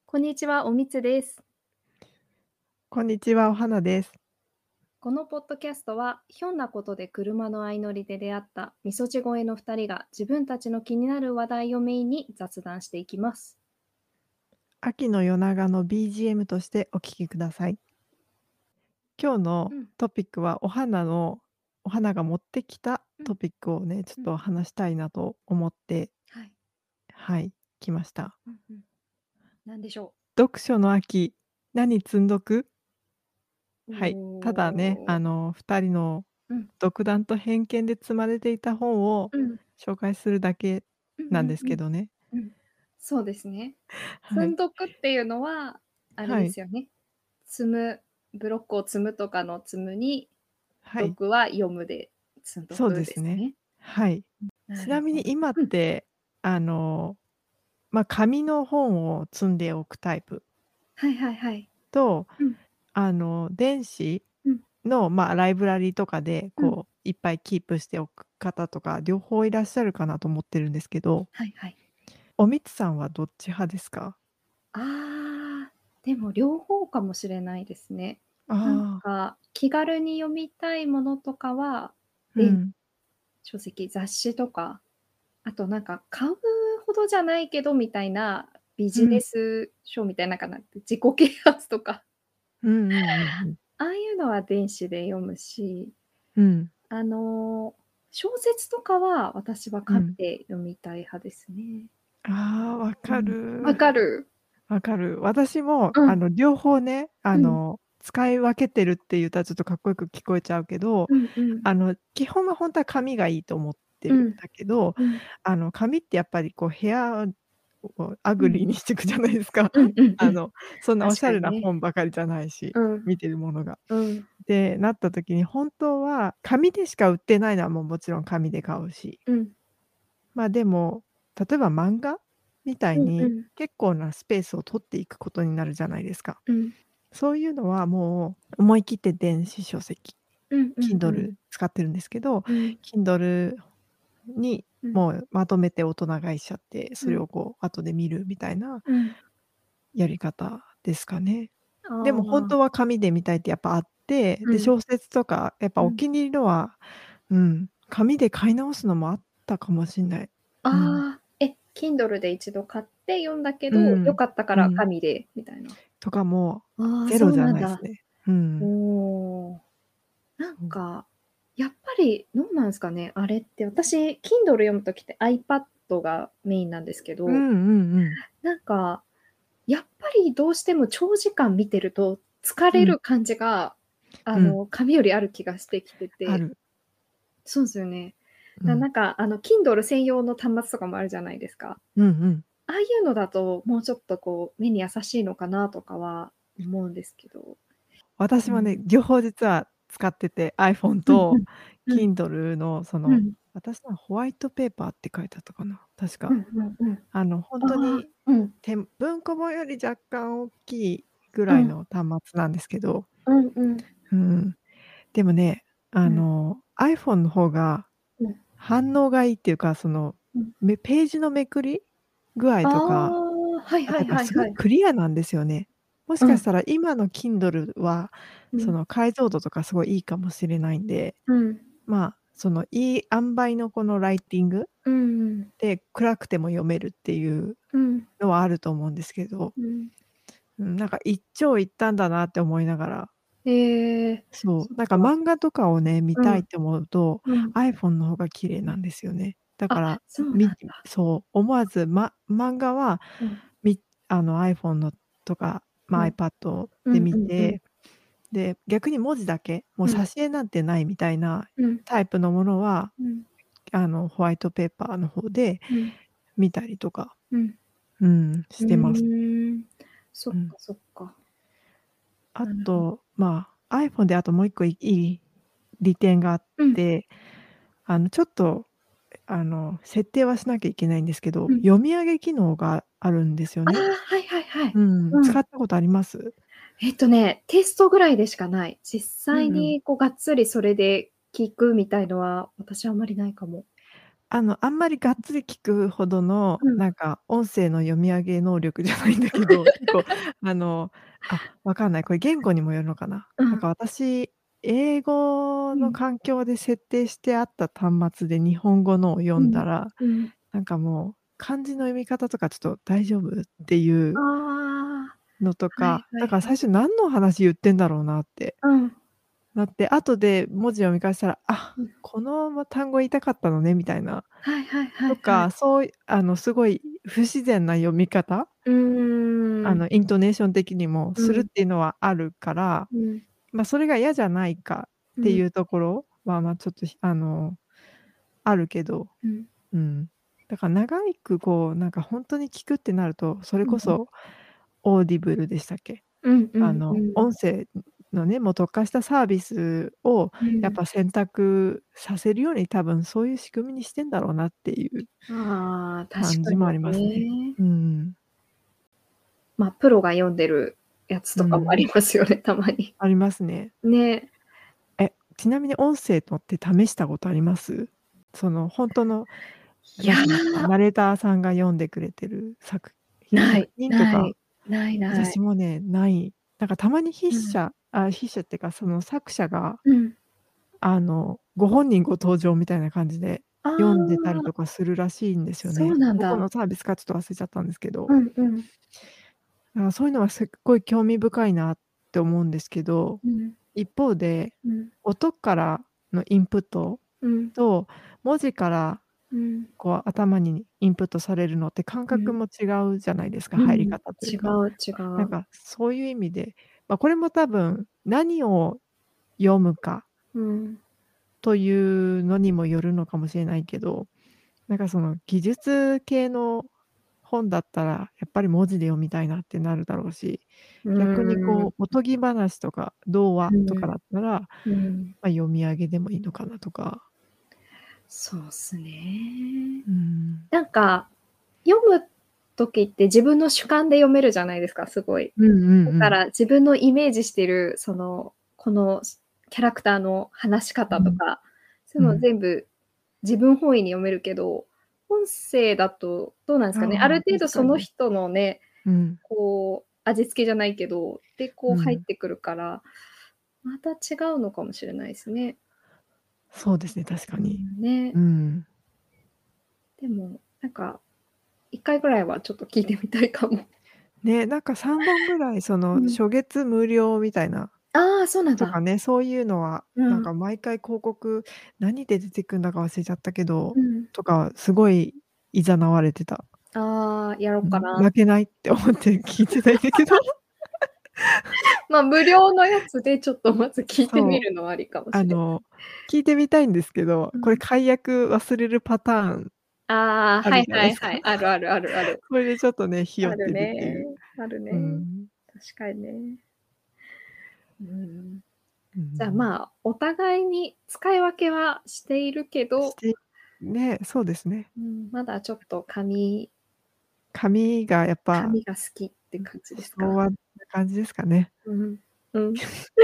こんにちは、おみつです。 こんにちは、お花です。 このポッドキャストは、ひょんなことで車の相乗りで出会ったみそじ越えの2人が自分たちの気になる話題をメインに雑談していきます。 秋の夜長の BGM としてお聴きください。今日のうん、 トピックはお花が持ってきたうん、 トピックをね、ちょっうん。 と話したいなと思って、 はい。 はい、来ました。 うんうん。なんでしょ読書の秋、何積んどく？ う。 はい。ただね、 おー。 2人のうん、 独断と偏見で積まれていた本をうん、 紹介するだけうん、 なんうん、うん。 ですけどね。 うん。そうですね。 はい。 積んどくっていうのは、あれはい。 ですよね。積む、ブロックを積むとかの積むに、 はい。 読は読むで積んどそうくですね。 ですね。 はい。ちなみなるほど。 に今っうん。 て、あの紙の本を積んでおくタイプはいはいはい。 と、 うん、 電子うん、 の、ライブラリとかで、 うん。 いっぱいキープしておく方とか、両方いらっしゃるかなと思ってるんですけど、 はいはい。 おみつさんはどっち派ですか？ ああ、でも両方かもしれないですね。なんああ、 か、気軽に読みたいものとかは、電子うん、 書籍、雑誌とか、あとなんか買うほどじゃないけどみたいなビジネうん、 ス書みたいなかな、自己啓発とか、 うんうんうんうん。 ああいうのは電子で読むし、 うん、 あの、小説とかは私は紙うん。 で読みたい派ですね。 ああ、わかうん。分る。 かる。 わかる。私も、 うん、 両方ね、 うん、 使い分けてるって言ったらちょっとかっこよく聞こえちゃうけど、 うんうん、 基本はほんとは紙がいいと思ってるんうん、 だけど、 うん、 紙ってやっぱり部屋をアうん、 グリーにしてくじゃないですか。 うんうんうん。 そんなおしゃれな確かにね。 本ばかりじゃないし、 うん、 見てるものが。 うん、 で、なった時に本当は紙でしか売ってないのはもちろん紙で買うし、 うん、 でも、例えば漫画みたいにうんうん、 結構なスペースを取っていくことになるじゃないですか。 うん、 そういうのはもう思い切って電子書籍、 うんうんう Kindle ん、 使ってるんですけど、 うん、 Kindle にうん、 もうまとめて大人買いしちゃって、それうん、 を後で見るみたいなうん。 やり方ですかね。 あでも本あ、 当は紙で見たいってやっぱあって、で、 うん、 小説とかやっぱうん。 お気に入りのは、紙で買い直すのもあったかもしんない。うん。 ああ、Kindle で一度買って読んだけど、良うん。 かったからうん。 紙でみたいな。 とかもああ、そゼロじゃうなんだ。 ないすね。うん。 おお。なんそう。 か、やっぱりどうなんすかね、あれって、私 Kindle 読む時って iPad がメインなんですけど、 うんうんうん。 なんかやっぱりどうしても長時間見てると疲うん。 れる感じが、 うん。 紙よりある気がしてきてて。 ある。 そうですよね。 うん。 なんか、Kindle 専用の端末とかもあるじゃないですか。 うんうん。 ああいうのだと、もうちょっとこう、目に優しいのかなとかは思うんですけど。 私もね、 うん。 両方実は使ってて、iPhone とうんうん。うん。 Kindle のうん。 私のはホワイトペーパーって書いてあったかな、確か。 うんうんうん。 ほんああ、 とに、 うん。 文庫本より若干大きいぐうん。 らいの端末なんですけど、 うんうん。 うん。でもね、 うん。 iPhone の方がうん。 反応がいいっていうか、 うん。 ページのめくり具合あとか、 あ、はいはいだからすごいはいはい。 クリアなんですよね。もしうん。 かしたら今の Kindle は、 うん。 解像度とかすごいいいかもしれないんで、 うん。 いい塩梅のこのライティングうん。 で、暗くても読めるっていううん。 のはあると思うんですけど、 うん。 なんか一長一短だなって思いながら、 ええ、 そう、なんかそっか。 漫画とかをね、見うん、 たいって思うと、 うん。 iPhone の方が綺麗なんですよね。だかあ、 ら、 そうなんだ。 そう、思わず、漫画は、 うん、 みiPhone のとか、 うん。 iPad でうんうんうん。 見て、で、逆に文字だけ、もううん、 挿絵なんてないみたいなうん、 タイプのものは、 うん、 ホワイトペーパーの方でうん、 見たりとか、 うん。 しうてます。 ーん。そうん。 っかそっか。 あなるほど。 と、iPhone であともう一個いい利点があっうん、 て、ちょっと、設定はしなきゃいけないんですけど、 うん。 読み上げ機能があるんですよああ、 ね。 はいはいはい。 うん、 うん。 使ったことあります？ テストぐらいでしかない。実際うんうん。 にこうがっつりそれで聞くみたいのは、私はあんまりないかも。 あんまりがっつり聞くほどの、 うん。 なんか音声の読み上げ能力じゃないんだけど、結構あの、わかんない、これ言語にもよるのかな。 うん。 なんか私、英語のうん。 環境で設定してあった端末で日本語のを読うん。 んだら、 うん。 なんかもう漢字の読み方とかちょっと大丈夫っていうああ、 のとはいか、だからはいはい。 最初何の話言ってんだろうなってうん。 なって、後で文字読み返したら、 うん。 この単語言いたかったのねみたいなはいはいはいはい。 とか、そういすごい不自然な読み方、 うーん。 イントネーション的にもうん。 するっていうのはあるから、 うん。 それが嫌じゃないかっうん。 ていうところは、ちょっとあるけど、 うん。 うん。だから長くこう、なんかほんとに聞くってなると、それうんうん。 こそオーディブルでしたっけ？ うんうんうん。 音声のね、もう特化したサービスをうん。 やっぱ選択させるように、多分そういう仕組みにしてんだろうなっていうああ、確か感じもありますね。 にね。 うん。 プロが読んでるやつとかもあうん。 りますよね、たまに。 ありますね。 ね。 ちなみに音声のって試したことあります？そのほんとの、 いや、 なんていうんですか、ナレーターさんが読んでくれてる作ない品とか、 ない、ないない。 私もね、ない。なんかたまにうん。 筆者ってか、その作者が、 うん。 ご本人ご登場みたいな感じであ読んでたりあ、 とかするらしいんですよそうね。どこなんだ。 のサービスかちょっと忘れちゃったんですけど。 うんうん。 そういうのはすっごい興味深いなって思うんですけど、 うん。 一方で、 うん。 音からのインプットうん。 と、文字からうん。 こう頭にインプットされるのって感うん。 覚も違うじゃないですか、入りうん。 方という違か。 う違う。 なんかそういう意味で、これも多分何を読むかうん。 というのにもよるのかもしれないけど、なんかその技術系の本だったら、やっぱり文字で読みたいなってなるだろうし、 う逆にーん。 こうおとぎ話とか童話とかだうん。 ったら、 うん。 読み上げでもいいのかなとか。 そうっすね。 うん。 なんか、読む時って自分の主観で読めるじゃないですか、すごい。 うんうんだうん。 から自分のイメージしてる、このキャラクターの話しうん。 方とか、そういうのうん。 全部自分本位に読めるけど、音声だとどうなんですかね、あああ、 る程度確かに。 その人のね、 うん。 こう、味付けじゃないけど、で、こう入っうん。 てくるから、また違うのかもしれないですね。 そうですね、確かに。 ね。 うん。 でも、なんか、1回ぐらいはちょっと聞いてみたいかも。 ね、なんか3本ぐらいそのうん。 初月無料みたいなああ、そうなんだ。 とかね、そういうのはうん。 なんか毎回広告、何で出てくんだか忘れちゃったけど、 うん。 とかすごい誘われてた。 ああ、やろっうん、 かな。 負けないって思って聞いてないんだけど。 無料のやつでちょっとまず聞いてそう、 みるのはありかもしれない。 あの、聞いてみたいんですけど、これうん。 解約忘れるパターンああ、 あるはいじゃないですか。 はいはい。あるあるあるある。 それでちょっとね、ひあよってるってるね。 いう。 あるうね。 ん。 確かにね。うん。じゃあ、 うん。 お互いに使い分けはしているけど、 してね、そうですね。 うん、まだちょっと紙がやっぱ、 紙が好きって感じですか？ 昭和な感じですかね。 うん。うん。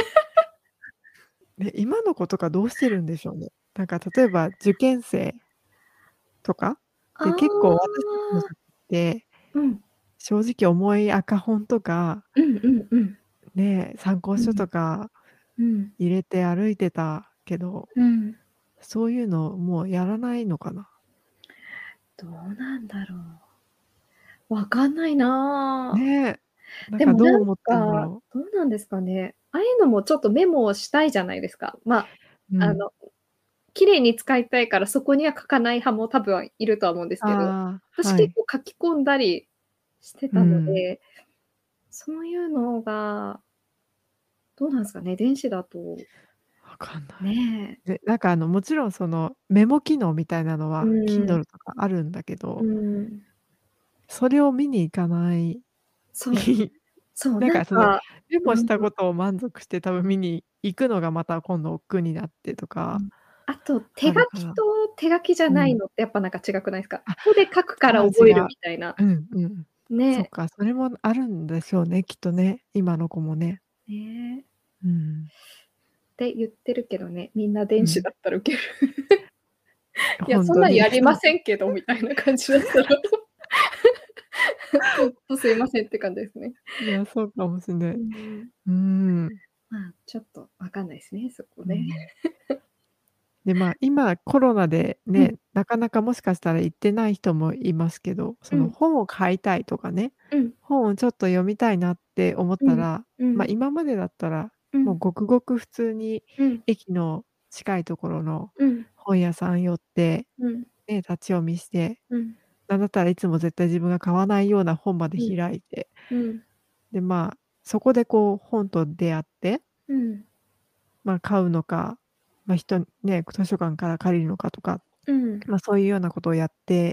ね、今の子とかどうしてるんでしょうね。なんか例えば受験生とかあで、結構私たちの時あ。 って、 うん。 正直重い赤本とか、 うんうんうん。 ね、参考書うん。 とかうん。 入れて歩いてたけど、 うん。 そういうのもうやらないのかな。 どうなんだろう。わかんないな。 ね、なんでもなんかどう思ってんだか、 ろどうなんですかね。ああいうのもちょっとメモをしたいじゃないですか。 う。うん。 あの、綺麗に使いたいからそこには書かない派も多分いるとは思うんですけど、 ああ、 私はい。 結構書き込んだりしてたのうん。 で、そういうのが、どうなんすかね、電子だと、 わかんない。 ねえ。 で、なんかもちろんそのメモ機能みたいなのうはーん、 Kindle とかあるんだけうど、 ーん。 それを見に行かない。 そう、そう、 なんかそのメうん、 モしたことを満足して多分見に行くのがまた今度億劫になってとかうん。あと、手書きあるから。 と手書きじゃうん。 ないのってやっぱなんか違くないすか？ あ、 手で書くから覚える違う。 みたいな。 うんうん。そっね。 か、それもあるんでしょうね、きっとね、今の子もね。 ね。 うん。 って言ってるけどね、みんな電子うん。 だったら受ける。 いや、そんなんほんとに。 やりませんけどみたいな感じだったら、ほんとすいませんって感じですね。 いや、そうかもしんなうい。 ん。 うーん。 まあ、ちょっとわかんないですね、そこね。 うん。で、まあ、今コロナでうん、 ね、なかなかもしかしたら行ってない人もいますけど、そのうん、 本を買いたいとかね、 うん、 本をちょっと読みたいなって思っうん、 たら、ま、 うん、 今までだったら、 うん、 もうごくごく普通にうん、 駅の近いところのうん、 本屋さん寄って、 うん、 ね、立ち読みして、 うん、 なんだったらいつも絶対自分が買わないような本までうん、 開いて、 うん、 で、まあ、そこでこう本と出会って、 うん、 ま、買うのか、ま、ね、図書館から借りるのかとか、 うん、 ま、そういうようなことをやって、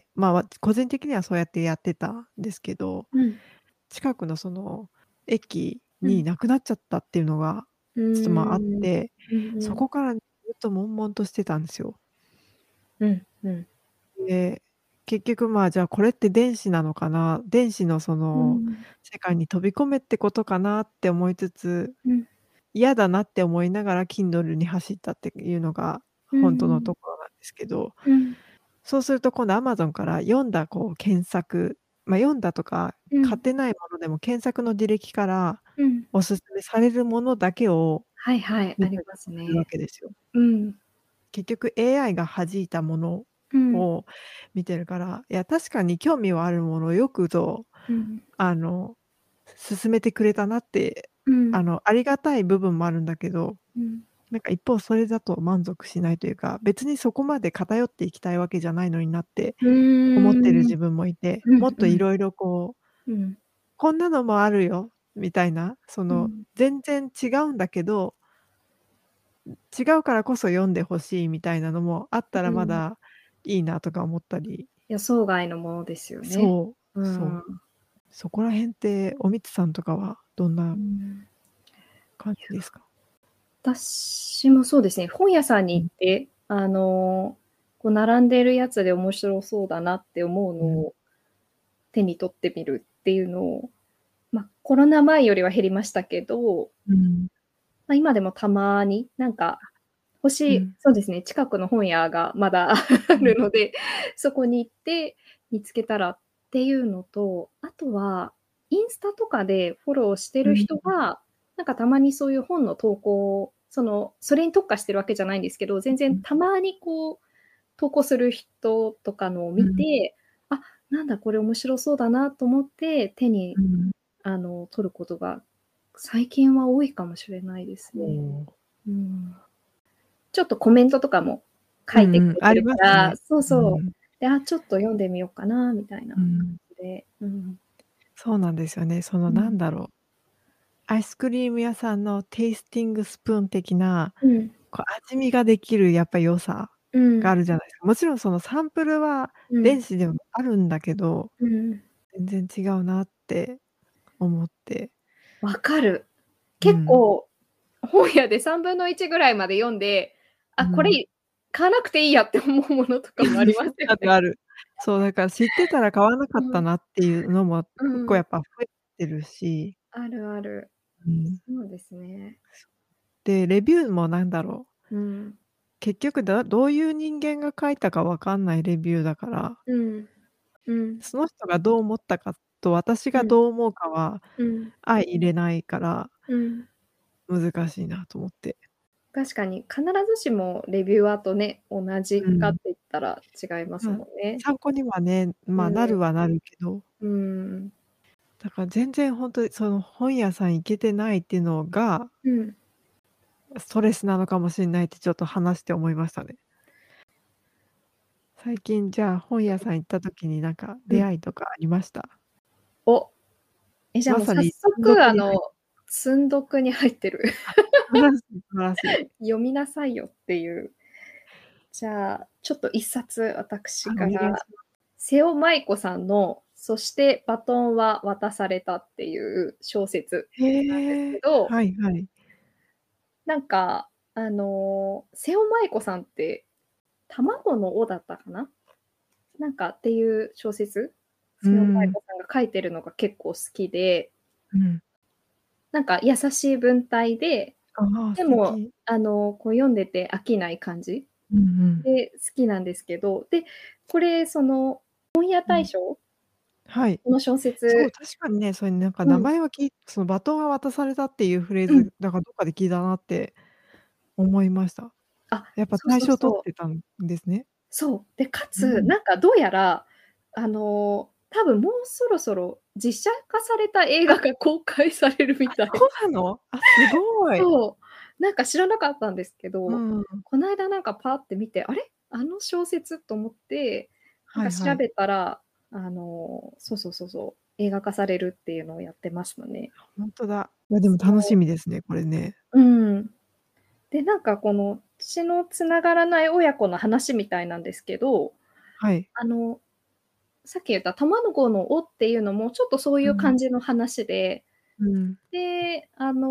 まあ、個人的にはそうやってやってたんですけど、 うん、 近くのその駅うん、 になくなっちゃったっていうのが、 うちょっと、まあ、あっーん、 て、 うんうん、 そこからずっと悶々としてたんですよ。 うん、うん、 で、結局、まあ、じゃあこれって電子なのかな、電子のそのうん、 世界に飛び込めってことかなって思いつつ、 うん、 嫌だなって思いながら Kindle に走ったっていうのがうほんとのん、 ところなんですけど、 うん、 そうすると今度 Amazon から読んだこう検索、ま、読んだとかうん、 買ってないものでも検索の履歴からうん。 お勧めされるものだけをはいはい、あ見たりりますするわね。 けですよ。 うん、 結局 AI が弾いたものうん、 を見てるから、いや確かに興味はあるものをよくぞ、 うん、 あの、勧めてくれたなって、 うん、 ありがたい部分もあるんだけど、 うん。 なんか一方それだと満足しないというか、別にそこまで偏っていきたいわけじゃないのになってうー思ってるん。 自分もいて、もっうんうん、 と色々こう、 うん、 こんなのもあるよみたいな、そのうん、 全然違うんだけど、違うからこそ読んで欲しいみたいなのもあったうん。 らまだいいなとか思ったり、 予想外のものですよね。 そう、そう。 うん。 そこら辺っておみつさんとかはどんなうん。 感じですか？ 私もそうですね、本屋さんにうん、 行って、こう並んでるやつで面白そうだなって思うのうん、 を手に取ってみるっていうのを、ま、コロナ前よりは減りましたけど、 うん、 ま、今でもたまに、なんか、 うんそうですね、近くの本屋がまだあうん、 るので、そこに行って見つけたらっていうのと、あとは、インスタとかでフォローしてるうん、 人が、なんかたまにそういう本の投稿を、それに特化してるわけじゃないんですけど、全然うん、 たまにこう投稿する人とかのを見うん、 て、あ、なんだこれ面白そうだなと思って手にうん。 取ることが最近は多いかもしれないですおね。 お。 うん。ちょっとコメントとかも書いてうんうん、ありくれてるから、 ますね。 そうそう。 うん、 で、あ、ちょっと読んでみようかなみたいな感うん。 じで、うん。 そうなんですよね。そのうん。 なんだろう、アイスクリーム屋さんのテイスティングスプーン的な、 うん。 こう味見ができるやっぱ良さうん。 があるじゃないすか。もちろんそのサンプルはうん。 電子でもあるんだけど、 うん。 全然違うなって思って。 分かる。 うん、 結構本屋で1/3ぐらいまで読んで、あ、こうん。 れ買わなくていいやって思うものとかもありますよね。 あるある。そう、だから知ってたら買わなかうん。 ったなっていうのもうん。 結構やっぱ増えてるし、 あるある。 うん。 そうですね。 で、レビューもなんだろう、 うん。 結局どういう人間が書いたか分かんないレビューだから、 うん。うん。 その人がどう思ったかと私がうん。 どう思うかはうん。 相入れないからうん。 難しいなと思って。 確かに、必ずしもレビュアーとね、同じうん。 かって言ったら違いますまあ、 もんね。 参考にはね、まあ、なうるはなるけど、 ん。うん。 だから全然ほんとにその本屋さん行けてないっていうのが、 うん。 ストレスなのかもしんないってちょっと話して思いましたね。最近じゃあ本屋さん行った時になんかうん。 出会いとかありました？ お、じゃあもう早まさに積んど速くに入っ積読に入ってる。 素晴らしい素晴らしい。 読みなさいよっていう。じゃあ、ちょっと一冊はい、 私から、 お願いします。 瀬尾まいこさんの、そしてバトンは渡されたっていう小説なんですへえ、 けど、 はいはい。 なんか、瀬尾まいこさんって、卵の尾だったかな？なんかっていう小説、 うー瀬尾まいん、 こさんが書いてるのが結構好きで、 うん。 なんか優しい文体で、 ああ、 でも、 素敵。 こう読んでて飽きない感じうんうん。 で、好きなんですけど、で、これその本屋うん。 大賞はい。 この小そう、 説確かにね、それなんかうん。 名前はそのバトンは渡されたっていうフレーうん。 ズ、だからどっかで聞いたなって思いました。 あ、 やっぱそう大賞取っそうそう。 てたんですね。 そう。で、かつ、 うん。 なんかどうやら、多分もうそろそろ実写化された映あ、 画が公開されるあ、 みたい。 そうなの？あ、すごい。 そう。なんか知らなかったんですけど、 うん。 こないだなんかパーって見て、あれ、あの小説と思って、なんはいはい。 か調べたら、そうそうそうそう、映画化されるっていうのをやってましたね。 ほんとだ。いやでも楽しそう。 みですね、これね。 うん。で、なんかこの血の繋がらない親子の話みたいなんですけど、 はい。 あの、さっき言った卵の緒っていうのもちょっとそういううん。 感じの話で、 うん。 で、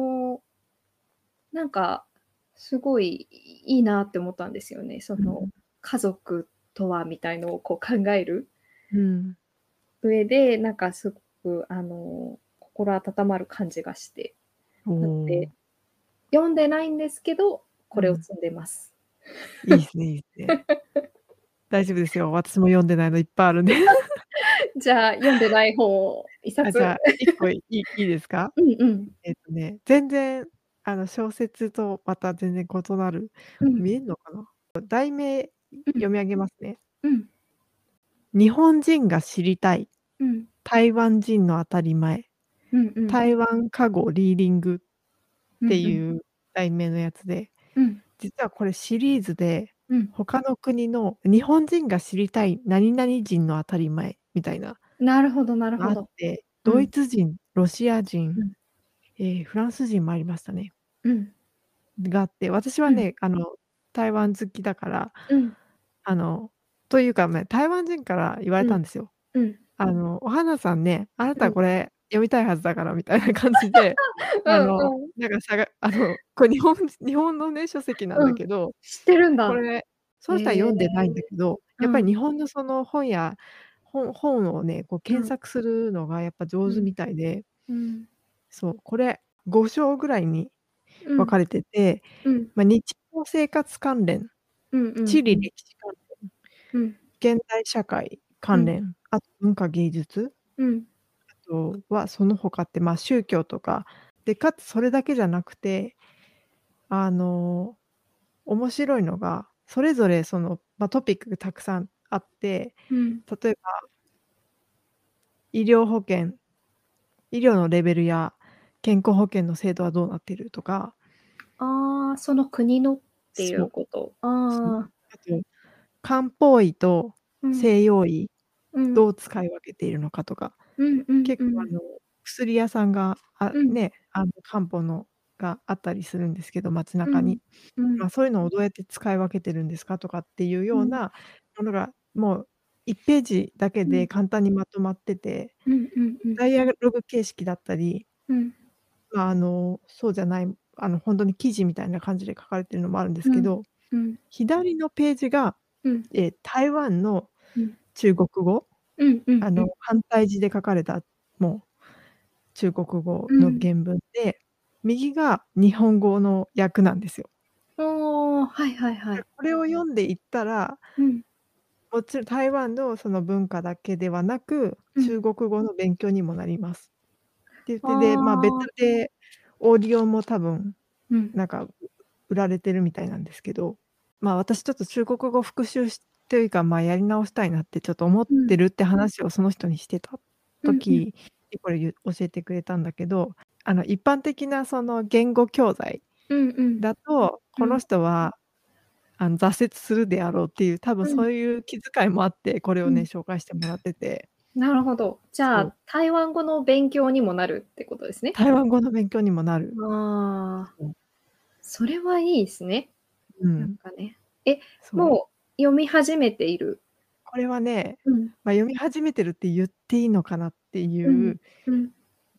なんかすごいいいなって思ったんですよね。そのうん。 家族とはみたいのをこう考えるうん。 上で、なんかすごく心温まる感じがして。 おなので、 お。 読んでないんですけど、こうん。 れを積んでます。 いいっすねいいっすね。大丈夫ですよ。私も読んでないのいっぱいあるんで。 じゃあ、読んでない本を一あ、 冊。 じゃあ、1個いいですか？ うんうん。 全然小説とまた全然異なるうん。 見えんのかな？題名うん。 読み上げますね。 うん。 日本人が知りたい、 うん。 台湾人の当たり前、 うんうん。 台湾過去リーディングっうんうん。 ていう題名のやつで、 うん。 実はこれシリーズで、 うん。 他の国の日本人が知りたい何々人の当たり前みたいななるほどなるがあっほど。 て、ドイうん。 ツ人、ロシア人、 うん。 フランス人もありましたね。 うん。 があって、私はうん。 ね、台湾好きだから、 うん。 あの、というかね、台湾人から言われうん。 たんですよ。 うん。 「お花さんね、あなうん。 たこれ読みたいはずだから」みたいな感じで、 うんうん。 なんかこれ日本のね、書籍なんだうん。 けど、 知ってるんだ。 これ、そへの人はえ。 読んでないんだけど、やっぱりうん。 日本のその本をね、こううん。 検索するのがやっぱ上手うん。 みたいで、 うん。 そう、これ5章ぐらいにうん。 分かれてて、 うん。 日常生活関連、 うんうん地理うん。 歴史関うん。 連、現代社会うん。 関連、あと文化芸術、 うん。 あとはその他って、宗教とか、で、かつそれだけじゃなくて、あの、面白いのが、それぞれその、トピックがたくさんあって、 うん。 例えば医療保険、医療のレベルや健康保険の制度はどうなっているとか、 ああ、その国のっていそう、 うこと。 そう。 ああ。 あと漢方医とうん。 西洋医、 うん。 どう使い分けているのかとか、 うんうん結構うん。 薬屋さんが、 うん。 ね、漢方のがあったりするんですけど、街うん。 中に。 うん。 そういうのをどうやって使い分けてるんですかとかっていううん。 ようなものが、もう1ページだけうん。 で簡単にまとまってて、 うんうんうん。 ダイアログ形式だったり、 うん。 そうじゃない、ほんとに記事みたいな感じで書かれてるのもあるんですうん。 けど、 うん。 左のページが、 うん。 台湾のうん。 中国語、 うんうんうん。 繁体字で書かれた、もう中国語うん。 の原文で、右が日本語の訳なんですよ。 おお、はいはいはい。 これを読んでいったら、 うん。 もちろん台湾のその文化だけではなく、 うん。 中国語の勉強にもなります。って言っあて、で、別あ。 でオーディオも多分、 うん。 なんか、売られてるみたいなんですけど、私ちょっと中国語復習というか、やり直したいなってちょっと思っうん。 てるって話をその人にしてたうんうん。 時に、これ教えてくれたんだけど、一般的なその言語教材うんうん。 だと、このうん。 人は挫折するであろうっていう、多分うん。 そういう気遣いもあって、これをね、 うん。 紹介してもらってて、 なるほど。じゃそう、 あ、台湾語の勉強にもなるってことですね。 台湾語の勉強にもなる。 ああ、 そう、 それはいいすね。なんうん、 かね。え、 そう。 もう読み始めている？ これはね、 うん。 読み始めてるって言っていいのかなってうん。 いう、 うん。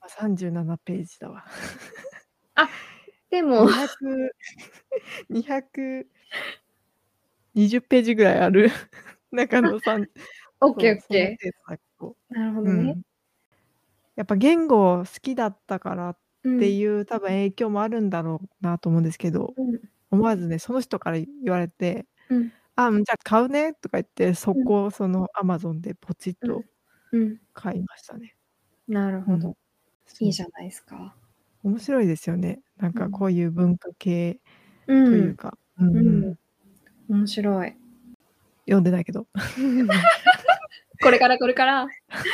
37ページだわ。 あ、でも 200 220ページぐらいある中あ、 のオッケーオそう、その程ッケ度だけど、 ー。なるほどね。 うん。やっぱ言語好きだったからっうん。 ていう多分影響もあるんだろうなと思うんですけど、 うん。 思わずね、その人から言われて、 うん。 「あ、じゃあ買うね」とか言って、速うん。 攻その Amazon でポチッうん。 とうん。 買いましたね。 なるうん。 ほど。いそう。 いじゃないですか。 面白いですよね。なんうん。 かこういう文化系うん。 というか。うんううん。 ん。 面白い。 読んでないけど。 これからこれから。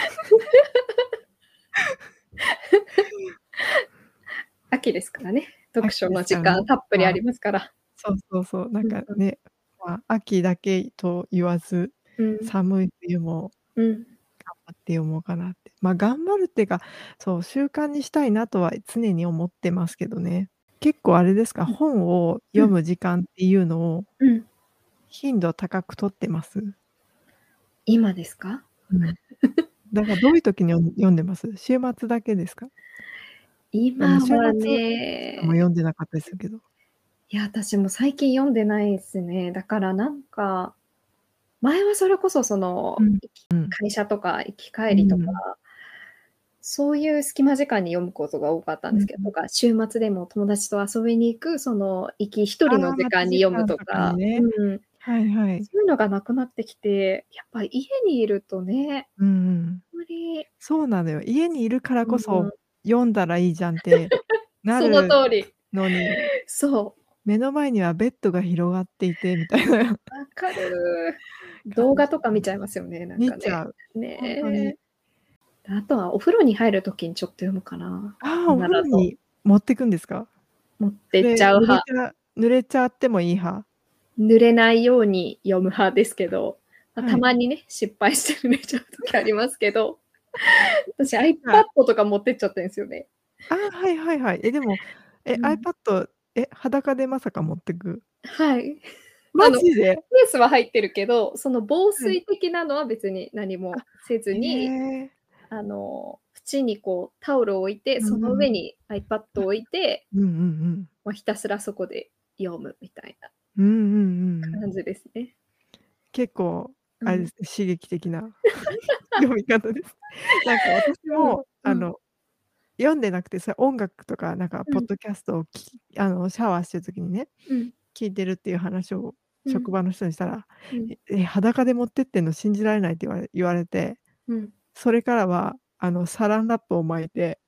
秋ですからね。読書秋での時間すからね。まあ、 たっぷりありますから。 そうそうそう、なんうんうん。 かね、まあ、秋だけと言わず、 うん。 寒い冬もうん。 頑張って読もうかなって。ま、頑張るってか、そう、習慣にしたいなとは常に思ってますけどね。結構あれですか、 うん。 本をうん。 読む時間っていうのをうん。 頻度高く取ってます？ 今ですか？ うん。だからどういう時に読んでます？週末だけですか？ま、週今は末しかもね、 読んでなかったりするけど。 いや、私も最近読んでないっすね。だからなんか、前はそれこそその、 うん、うん。 会社とか行き帰りとか、 うん。 そういう隙間時間に読むことが多かったんですけど、 うん。 とか、週末でも友達と遊びに行く、その、一人のああ、 時待ち間に読む時間とかにとか、 ね。 うん、 はいはい。 そういうのがなくなってきて、やっぱ家にいるとね、 うんうん。 あんまり、 そうなのよ。家にいるからこそ、 うん、 読んだらいいじゃんってなそのる通り。 のに、 そう、 目の前にはベッドが広がっていてみたいなわかる。動感じ。 画とか見ちゃいますよね、なんかね。 見ちゃう。ほんとに。 ねえ。あとはお風呂に入る時にちょっと読むかな。 ああ、お暇だと。 風呂に持ってくんですか？ 持ってっちそれ、 ゃう派。 濡れちゃってもいい派？ 濡れないように読む派ですけど、ま、たはい。 まにね、失敗して濡れちゃう時ありますけど、私はい。 iPad とか持ってっちゃってんすよね。 ああ、はいはいはい。でも、 うん。 iPad、裸でまさか持ってく？ はい。 マジで？ ケースは入ってるけど、その防はい。 水的なのは別に何あ、 もせずへに、 え。 縁にこうタオルを置いて、 うんそのうんうん。 上に iPad を置いて、 うんうんうん。 もうひたすらそこで読むみたいなうんうんうんうん。 感じですね。 結構うん。 あれですね、刺激的な読み方です。なんか私うん、 もうん、 読んでなくて、音楽とかなんかうん、 ポッドキャストをシャワーしてる時にね、 うん、 聞いてるっていう話をうん、 職場の人にしたら、 うん、 裸で持ってってんの信じられないって言われて、 うん。 それからはサランラップを巻いて、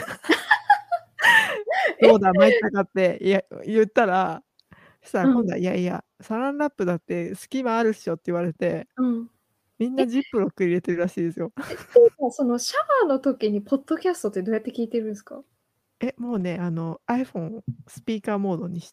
え、 どうだ、巻いたかって、言ったら、そしたらうん、 今度は、いやいや、サランラップだって隙間あるっしょって言われて、 うん。 みんえ、 なジップロック入れてるらしいですよ。 っていうか、そのシャワーの時にポッドキャストってどうやって聞いてるんすか？ もうね、iPhone スピーカーモードにして、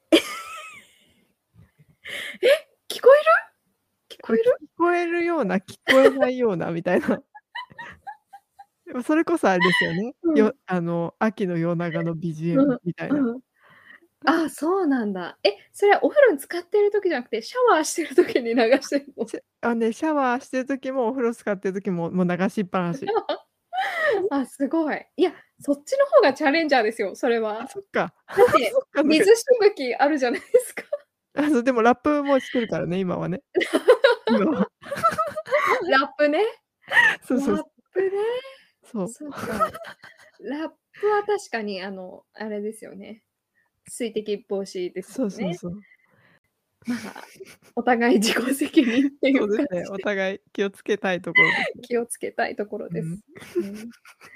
聞こえる？聞こえ聞る？ こえるような、聞こえないようなみたいな。でもそれこそあれですよね。 うん、 秋の夜長の BGM うん、 みたいな。 うん。あ、そうなんだ。それはお風呂に浸かってる時じゃなくて、シャワーしてる時に流してるの？ シャワーしてる時もお風呂使ってる時も、もう流しっぱなし。 あ、すごい。いや、そっちの方がチャレンジャーですよ、それあ、 は。 そっか。 だって、 そっかそっか。 水しぶきあるじゃないですか。 そう、でもラップもしてるからね、今はね。今は。 ラップね。 そうそうラップね。 そう。 そっか。ラップは確かにあれですよね。水滴防止ですそうもんね。 そうそう。 まあ、お互い自己責任っていうそうですね、 感じでお互い気をつけたいところですね。 気をつけたいところうん。 です。うん。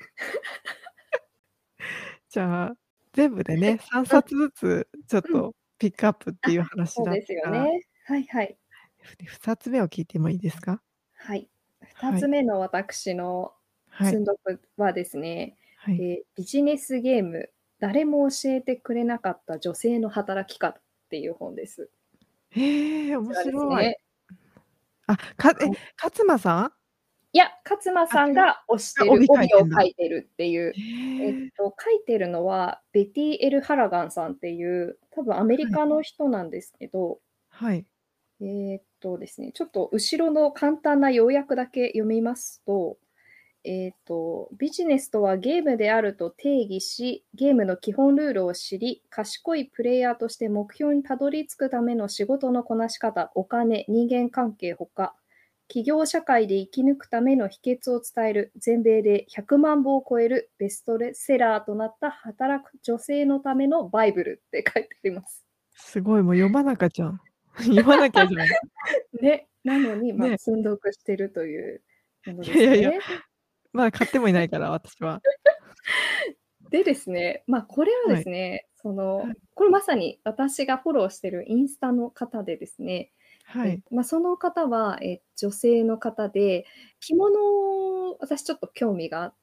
じゃあ、全部でね、3 うん、 冊ずつちょっうん。 とピックアップってあ、 いう話だっそうですよたから、 ね。はいはい。 2つ目を聞いてもいいですか？ はい。2 はい。 つ目の私のはい。 積んどくはですね、 はい。 ビジネスゲーム、誰も教えてくれなかった女性の働き方っていう本です。 へえ、面こちらです白い。 ね。 あ、勝間さん？ いや、勝間あ、 さん違う。 が推してる、 帯書いてんだ。 帯を書いてるっていう。 へえ。 書いてるのは、ベティ・エル・ハラガンさんっていう、多分アメリはい。 カの人なんですけど、 はい。 ですね、ちょっと後ろの簡単な要約だけ読みますと、ビジネスとはゲームであると定義し、ゲームの基本ルールを知り、賢いプレイヤーとして目標にたどり着くための仕事のこなし方、お金、人間関係ほか、企業社会で生き抜くための秘訣を伝える、全米で100万部を超えるベストセラーとなった働く女性のためのバイブルって書いてあります。 すごい、もう読まなかちゃん。 言わなきゃじゃん。 ね、なのに、 ね。 積んどくしてるというものいやいやいや、 ですね。 まだ買ってもいないから、私は。 でですね、これはではい。 すね、 はい。 これまさに私がフォローしてるインスタの方でですね、 はい。 その方は、女性の方で、着物、私ちょっと興味があって、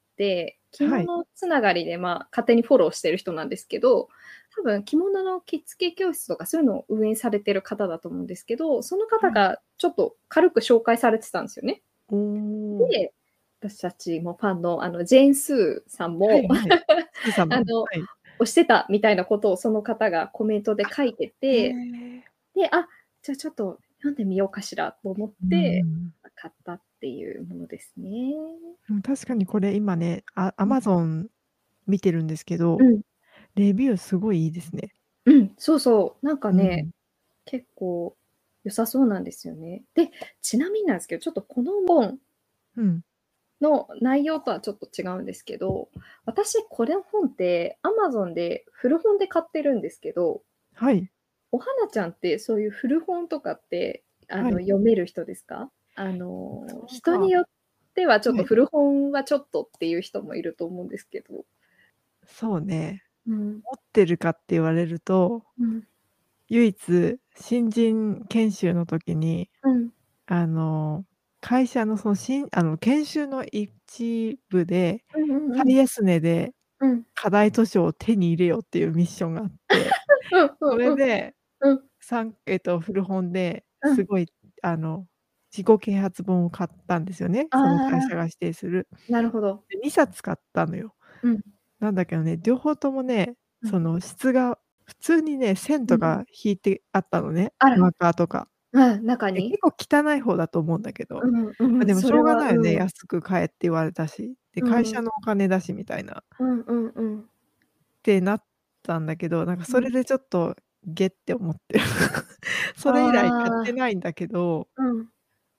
着はい。 物つながりで、勝手にフォローしてる人なんですけど、多分着物の着付け教室とかそういうのを運営されてる方だと思うんですけど、その方はい。 がちょっと軽く紹介されてたんですよね。 おお。 で、私たちもファンのジェーン・スーさんもはいはい。スー様、 あの、 はい。 推してたみたいなことをその方がコメントで書いてへて、 え。 で、じゃあちょっと読んでみようかしらと思っうんうて、 ん。 買ったっていうものですね。 うん、確かにこれ今ね、 うん。 Amazon 見てるんですけど、 うん。 レビューすごいいいですね。 うん、そうそう。なんかね、 うん。 結構良さそうなんですよね。で、ちなみになんですけど、ちょっとこの本うん。 の内容とはちょっと違うんですけど、私これの本って Amazon で古本で買ってるんですけど、 はい。 お花ちゃんってそういう古本とかって、 はい。 読める人ですか？ そうか。 人によってはちょっはい。 と古本はちょっとっていう人もいると思うんですけど。 そうね。 うん。 持ってるかって言われると、 うん。 唯一新人研修の時に、 うん。 あの、会社のその研修の一部で、 うんうんうん。 最安値でうん。 課題図書を手に入れよっていうミッションがあって、 うんうそんうん。 れで、 うん。 古本でうん。 すごい、あの、自己啓発本を買ったんですよね、 あその会社あ、 が指定する。 なるほど。 で、2冊買ったのよ。 うん。 なんだけどね、両方ともね、 うん。 その質が普通にね、線うん。 とか引いてあったのね、 あら、 マーカーとか。 うん、中で、 に？ 結構汚い方だと思うんだけど、 うんうんうん、 でもしょうがそれはないよね、安く買えって言われたし、で、 うん。 会社のお金だしみたいな、っうんうんうん。 てなったんだけど、なんかうん。 それでちょっと、げって思ってる。それ以来買ってああ、 ないんだけどうん。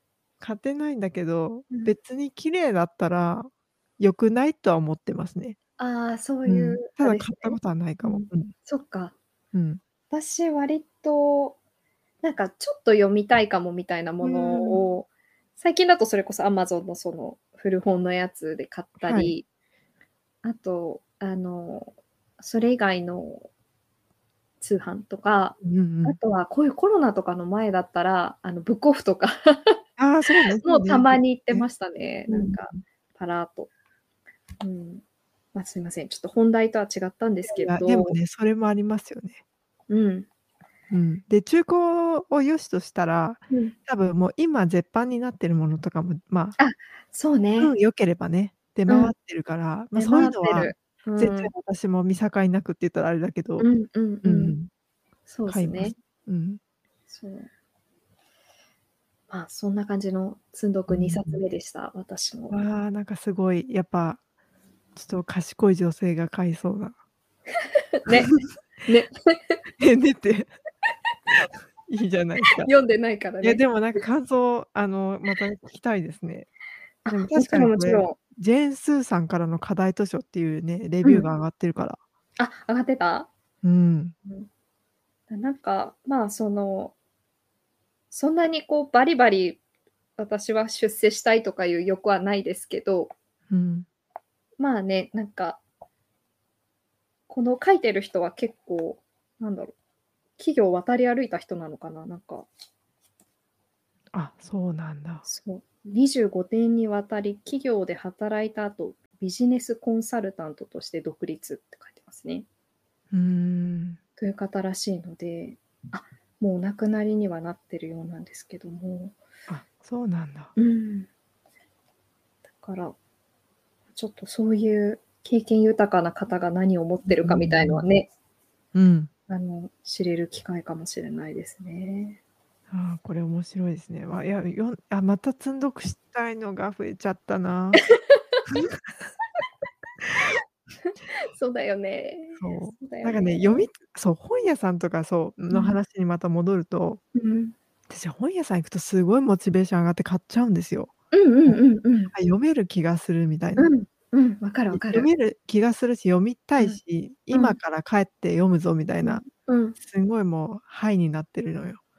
うん。 別に綺麗だったら良くないとは思ってますね。 ああ、そううん。 いうただ買ったですね。 ことはないかも。 うん。 うん。 そっか。 うん。 私割と、なんかちょっと読みたいかもみたいなうものーん。 を、最近だとそれこそ Amazon のその古本のやつで買ったはい。 り、あと、それ以外の通販とか、 うんうん。 あとはこういうコロナとかの前だったら、ブックオフとかああ、そうねそもうたうね。 まに行ってね。 ましたね。 うん。 なんか、パラっと。うん。すいません、ちょっと本題とは違ったんですけいやいや、でもど、 ね、それもありますよね。 うん、 うん。で、中古を良しとしたら、 うん。 多分もう今絶版になってるものとかも、 あ、そうね。 運良ければね、出うん。 回ってるから、 出そういうのは回ってる。う全然ん。 私も見境なくって言ったらあれだけど、 うんうんうん。 うんうん、 そうすね。 買います。うん。 そう。そんな感じの積んどくうん 2冊うん。 目でした、私の。 わあ、なんかすごい、やっぱ、ちょっと賢い女性が買いそうな。 ね、ね。 ねっていいじゃないすか。 読んでないからいや、 ね。 でもなんか感想、また聞きたいですね。でも確もちかにこれ、 ろんもちろん。 ジェーン・スーさんからの課題図書っていうね、レうん。 ビューが上がってるから。 上がってた？ うん。 うん。なんか、そんなにこうバリバリ私は出世したいとかいう欲はないですけど、 うん。 なんか、この書いてる人は結構、なんだろう、企業を渡り歩いた人なのかな、なんか、 あ、そうなんだ。 そう、25年にわたり企業で働いた後、ビジネスコンサルタントとして独立って書いてますね。 うーん。 という方らしいので、もうお亡くなりにはなってるようなんですけども、 あ、そうなんだ。 うん。だから、ちょっとそういう経験豊かな方が何を持ってるうんうかみたいのはんね、 うん。うん。 知れる機会かもしれないですね。 ああ、これ面白いですね。また積んどくしたいのが増えちゃったな。 そうだよね。 そう。 そうだよなんかね、 ね。 本屋さんとかのうん。 話にまた戻ると、 うん。 私本屋さん行くとすごいモチベーション上がって買っちゃうんですよ。 うんうんもう、 うんうん。 読める気がするみたいな。 うん。うん、わかるわかる。 読める気がするし、読みたうん。 いし、 うん。 今から帰って読むぞみたいうん。 な、 うん。 すごいもうハイになってるのよ。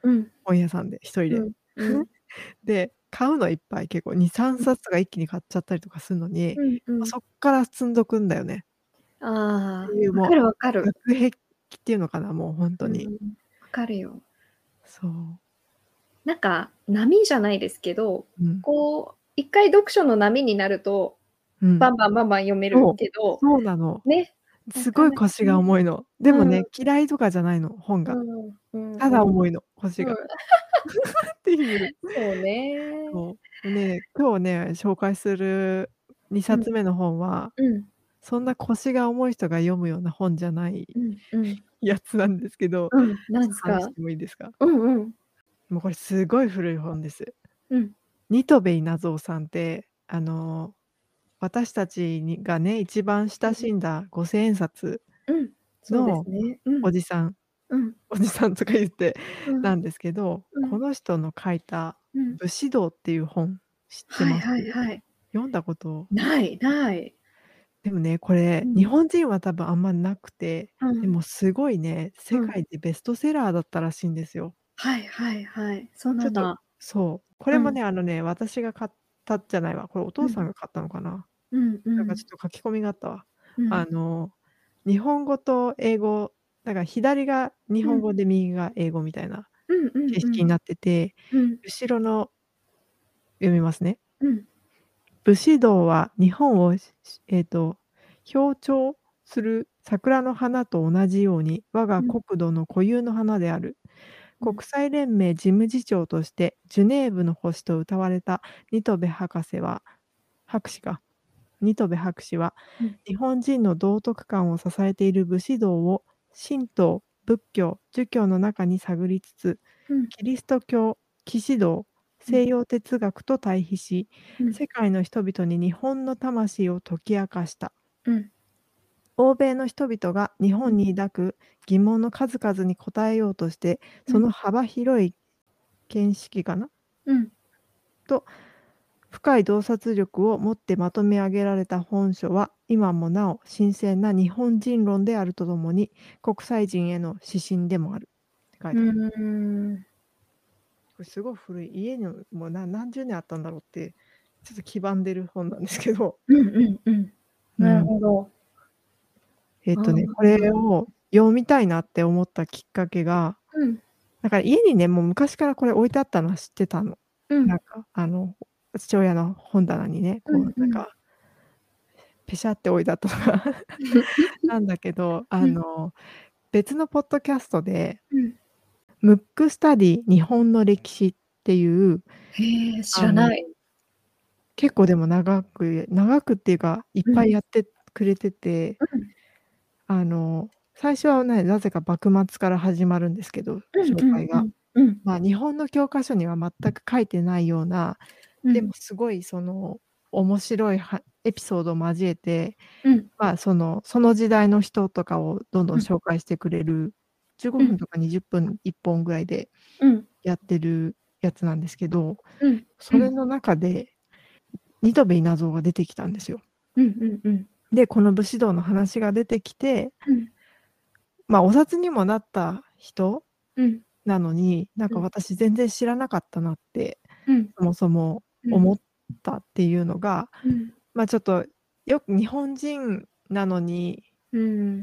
うん。 本屋さんで一人で。 うん。うん。 で、買うのいっぱい結構2、3冊とか一気に買っちゃったりとかすんのに、 うんうん。 そっから積んどくんだよね。ってああ、分かいうもる分かう、 る。 学癖っていうのかな、もうほんとに。 うん、分かるよ。 そう。 なんか、波じゃないですけど、 うん。 こう、一回読書の波になると、 うん。 バンバンバンバン読めるそう、 けど、 そうなの。 ね、なすごいかなか腰がね。 重いの。でもうん。 ね、嫌いとかじゃないの、本が。 うん、うんただうん。 重いの、腰が。 うん。 っていう。 そうね。 そう。ね、今日ね、紹介する2 うん。 冊目の本は、 うん。 そんな腰が重い人が読むような本じゃないうんうん。 やつなんですけど、 うん、なちょっとんすか？ 話してもいいですか？ うんうん。 もうこれすごい古い本です。 うん。 新渡戸稲造さんって、私たちにがね、一番親うん。 しんだ五千円札うん、そうでのすね。うん。 おじさんうん。 おじさんとか言ってうん。 なんですけど、 うん。 この人の書いたうん。 武士道っていう本、知ってはいます？ はいはい。 読んだことないない。 でもね、これ、日うん。 本人は多分あんまなくて、 うん。 でもすごいね、世うん。 界でベストセラーだったらしいんですよ。 はいはいはい。そうちょっとなんだ。 そう、これうん。 もね、私が買ったじゃないわ、これお父うん。 さんが買ったのかな。 うんうなんかちん。 ょっと書き込みがあったわ。 うん。 あの、日本語と英語、だから左が日うん。 本語で右が英語みたいなうんうんうん。 形式になってて、 うん。 後ろの読みますね。 うん。 武士道は日本を標長する桜の花と同じように、我がうん。 国土の固有の花である。 うん。 国際連盟事務次長としてジュネーブの星と謳われた新渡戸博士か。新渡戸博士は、 うん。 日本人の道徳観を支えている武士道を神道、仏教、儒教の中に探りつつ、 うん。 キリスト教、騎士道、 うん。 西洋哲学と対比し、 うん。 世界の人々に日本の魂を解き明かした。 うん。 欧米の人々が日うん。 本に抱く疑問の数々に答えようとして、 うん。 その幅広い見識かなうん。 と深い洞察力を持ってまとめ上げられた本書は、今もなお新鮮な日本人論であるとともに、国際人への指針でもあるって書いうてある。 ーん。 これすごい古い、家にも何十年あったんだろうって、ちょっと黄ばんでる本なんですけど。 うんうんうん。なるうん。 ほど。あこれあ。 を読みたいなって思ったきっかけが、 うん。 だから家にね、もう昔からこれ置いてあったのは知ってたの。 うん。 なんか父親の本棚にね、こうんうん。 うなんかペシャって置いてあったのがなんだけど、 うん。 別のポッドキャストで、 うん。 ムックスタディ日本の歴史っていう、 へえ、知あの、 らない。 結構でも長くっていうか、いっうん。 ぱいやってくれてて、 うん。 最初はね、なぜか幕末から始まるんですけど、 うん紹介が。 うんうん。うん。 まあ、日本の教科書には全く書いてないような、でもうん。 すごい面白いエピソードを交えて、 うん。 まあ、その時代の人とかをどんどんうん。 紹介してくれる、15 うん。 分とか20分1本ぐらいでうん。 やってるやつなんですけど、 うん。うん。 それの中で新渡戸稲造が出てきたんですよ。 うんうんうん。 で、この武士道の話が出てきて、 うん。 まあ、お札にもなった人うん。 なのに、なんかうん。 私全然知らなかったなって、 うん。 そもそもうん。 思ったっていうのが、 うん。 まあ、ちょっと、よく日本人なのに、 うん。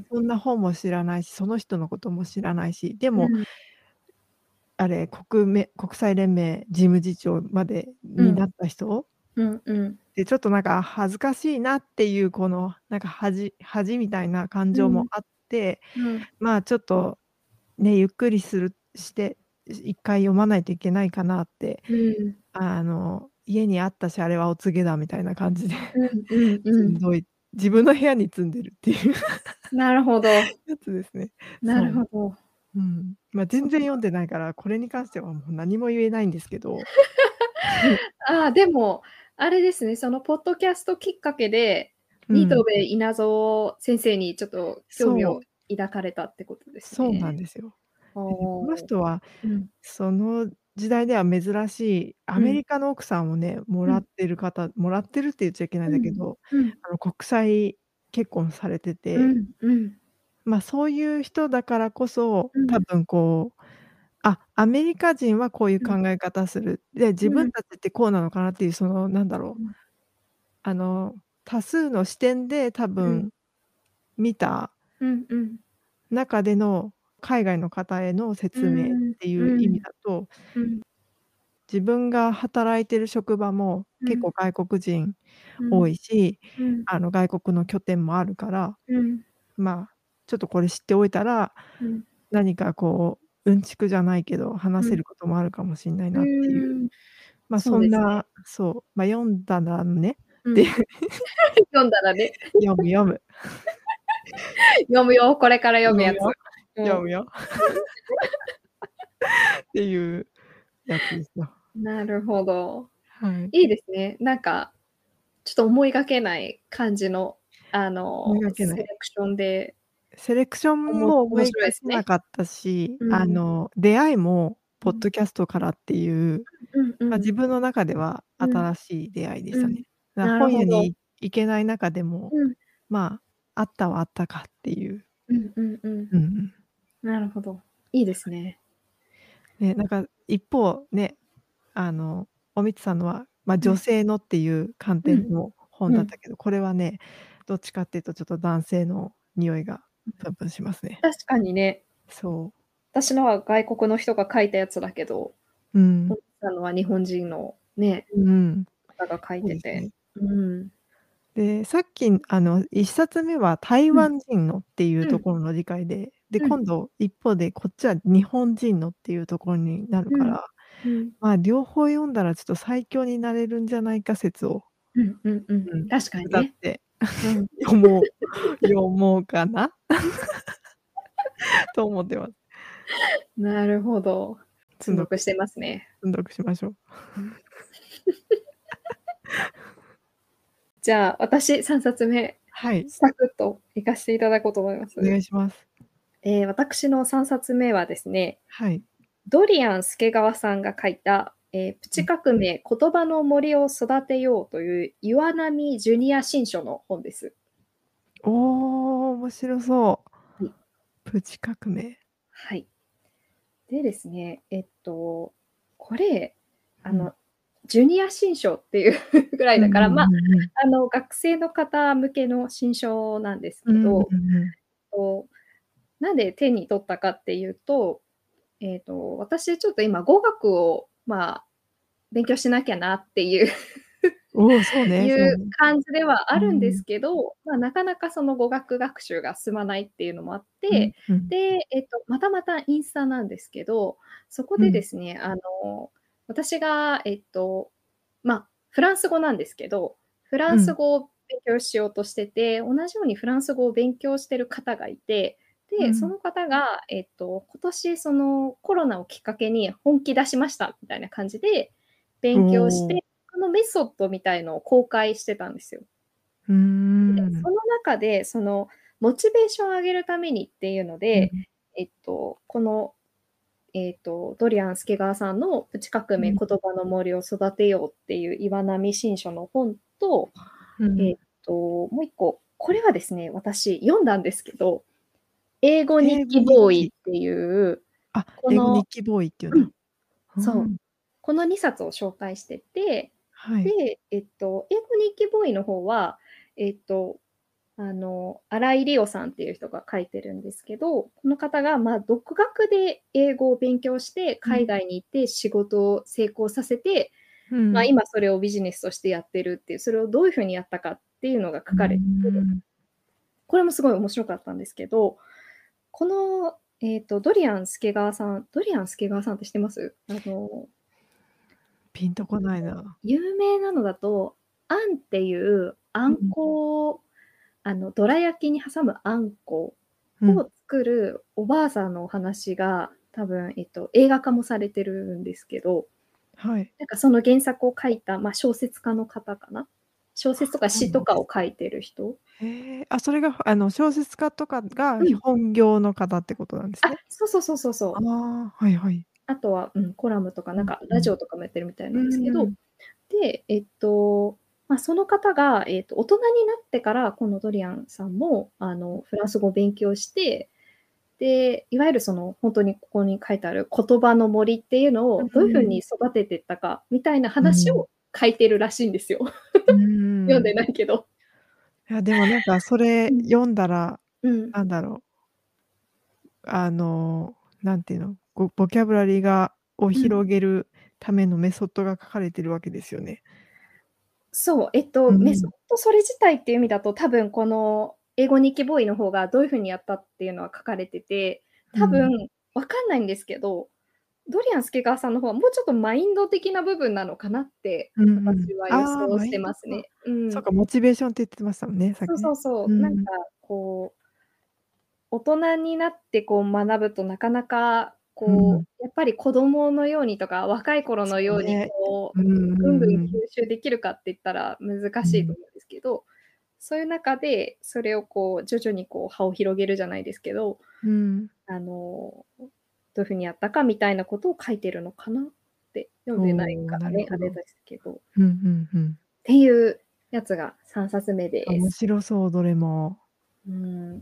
そんな本も知らないし、その人のことも知らないし、でも、 うん。 あれ、国際連盟事務次長までうん。 になった人うんうん。 で、ちょっとなんか恥ずかしいなっていう、このなんか恥みたいな感うん。 情もあって、 うん。 まあ、ちょっとね、ゆっくりして、一回読まないといけないかなって、 うん。 家にあったし、あれはお告げだみたいな感じでうんうんうん。 積んどい自分の部屋に積んでるっていうなるほど。 やつですね。 なそう。 るほど。 うん。ま、 そっか。 全然読んでないから、これに関してはもう何も言えないんですけど。 ああ、でも、あれですね、そのポッドキャストきっかけで、 うん。 新渡戸稲造先生にちょっと興味をそう。 抱かれたってことですそうなね。 んですよ。 ああ。 でね、この人は、 うん。 その時代では珍しいアうん。 メリカの奥さんをね、 うん。 もらってるって言っちゃいけないんうん。 だけど、 うん。 国際結婚されてて、 うん、うん。 ま、そういう人だからこそ、 うん。 多分こう、 アメリカ人はこういううん。 考え方する。で、自うん。 分たちってこうなのかなっていう、その、なんだろう、 うん。 あの、多数の視点で多うん。 分見たうんうん。 中での海外の方へのう説明っーん。 ていう意味うん。 だと、 うん。 自分が働いてる職場もうん。 結構外国人多うん。 いし、 うん。 外国の拠点もあるから、 うん。 まあ、ちょっとこれ知っておいたら、 うん。 何かこう、うんちくじゃないけど、話うん。 せることもあるかもしんないうなっていう、 ーん。 ま、 そうですね。 そんなそう、ま、読んだらねっていう、 うん。読んだらね。 読む読む。 読むよ、これから読むやつ。 読むよ。 うん。 読むよ。っていうやつですよ。 なるほど。 はい。 いいですね。なんか、ちょっと思いがけない感じの、 思いがけない。 セレクションで、 セレクションも思面いが白いですね。 けなかったし、 うん。 出会いもうん。 ポッドキャストからっていう、ま、 うんうん。 自分の中ではうん。 新しい出会いでしたね。 うん。 だ、 なるほど。 本屋に行けない中でも、 うん。 まあ、あったはあったかっていう。 うんうんうん。 うんうん。 なるほど。いいですね。 ね、なんか一方ね、おみつさんのは、ま、 うん。 女性のっていう観うん。 点の本うん。 だったけど、これはね、どっちかっていうとちょっと男性の匂いがプンプンしますね。 確かにね。 そう。 私のは外国の人が書いたやつだけど、 うん。 おみさんのは日本人のね、 うん。 方が書いてて。 そうですね。 うん。 で、さっき1冊目は台うん。 湾人のっていううん。 ところの理解で、で、 うん。 今度一方でこっちは日本人のっていうところになるうん。 から、 うん。 まあ、両方読んだらちょっと最強になれるんじゃないか説を、 うんうんうん。 うん、 確かにね。 歌ってうん。 読もうかなと思ってます。 なるほど。 積んどく積んどくしてますね。 積んどくしましょう。 うん。じゃあ、私3冊目、 はい、 サクッと行かしていただこうと思いまお願す。 いします。 私の3冊目はですね、 はい。 ドリアン助川さんが書いた、プチうん。 革命言葉の森を育てようという岩波ジュニア新書の本です。 おお、面白そう。 はい。 プチ革命。 はい。でですね、これ、あうん。 の、ジュニア新書っていうぐらいだから、 うんうんうまあ、 んうん。 学生の方向けの新書なんですうんうんけど、 うん。 と、なんで手に取ったかっていうと、私ちょっと今語学を、まあ、勉強しなきゃなっていうおお、そうねいうそうね。 感じではあるんですうん。 けど、まあ、なかなかその語学学習が進まないっていうのもあっうん、 て、 うん、 で、またまたインスタなんですけど、そこうん、 でですね、私が、まあ、フランス語なんですけど、フランスうん、 語を勉強しようとしてて、同じようにフランス語を勉強してる方がいて、で、そうん。 の方が、今年そのコロナをきっかけに本気出しましたみたいな感じでお勉強しお。 て、そのメソッドみたいのを公開してたんですよ。 うーで、そん。 の中で、そのモチベーションを上げるためにっていうので、 うん、 この、ドリアン助川さんのプチ革うん、 命言葉の森を育てようっていう岩波新書の本と、 うん。 もう一個、これはですね、私読んだんですけど、英語日英語記日記。 ボーイっていう、 あ、英語日この記ボーイっていうんだ。 うん、 うーそう、 ん。 この2冊を紹介してて、 はい。 で、英語日記ボーイの方は、えっと、新井理央さんっていう人が書いてるんですけど、この方が、まあ、独学で英語を勉強してうん、 海外に行って仕事を成功させて、まあ、 うん。 今それをビジネスとしてやってるっていう、それをどういう風にやったかっていうのがうー書かれてて、 ん。 これもすごい面白かったんですけど、この、ドリアン助川さんって知ってます？ ピンとこないな。 有名なのだと、あんっていうあんうん、 こを、どら焼きに挟むあんこうん。 を作るおばあさんのお話が、多分、映画化もされてるんですけど、 はい。 なんかその原作を書いた、ま、小説家の方かな。小説とか詩とかそうなんです。 を書いてる人。 へえ。あ、それが、小説家とかがうん。 本業の方ってことなんですあ、 ね。 そうそうそうそうそう。 ああ、はいはい。 あとは、コラムとかなんうん、 かうん。 ラジオとかもやってるみたいうなんですけど、 ーん。 で、まあ、その方が、大人になってから、このドリアンさんも、フランス語を勉強して、 で、いわゆるその本当にここに書いてある言葉の森っていうのうをどういう風ん。 に育ててったかみたいなうん。 話を書いてるらしいんですよ。 う読んでーん。 ないけど。 いや、でもなんかそれうん。 読んだら、 うん。 なんだろう、あの、なんていうの、ボキャブラリーをうん。 広げるためのメソッドが書かれてるわけですよね。 そう、メソッうん。 ドそれ自体っていう意味だと、多分この英語日記ボーイの方がどういう風にやったっていうのは書かれてて、多分うん。 わかんないんですけど、ドリアン助川さんの方はもうちょっとマインド的な部分なのかなってうんうん。 私は予ああ、 想してマインドか。 ますね。うん。 そっか、モチベーションって言ってましたもんね、さっそうきね。 そうそう。なんかうん。 こう、大人になってこう学ぶとなかなかうん。 やっぱり子供のようにとか、若い頃のようにそうね。うんぐんぐん吸うんうん。 収できるかって言ったら難うん。 しいと思うんですけど、そういう中で、それを徐々に葉を広げるじゃないですけど、 うん。 どういう風にやったかみたいなことを書いてるのかなって、読んでないおお、 からね、あなるほど。 れですけど。っうんうんうん。 ていうやつが3冊目で面す。 白そう、どれも。 うん。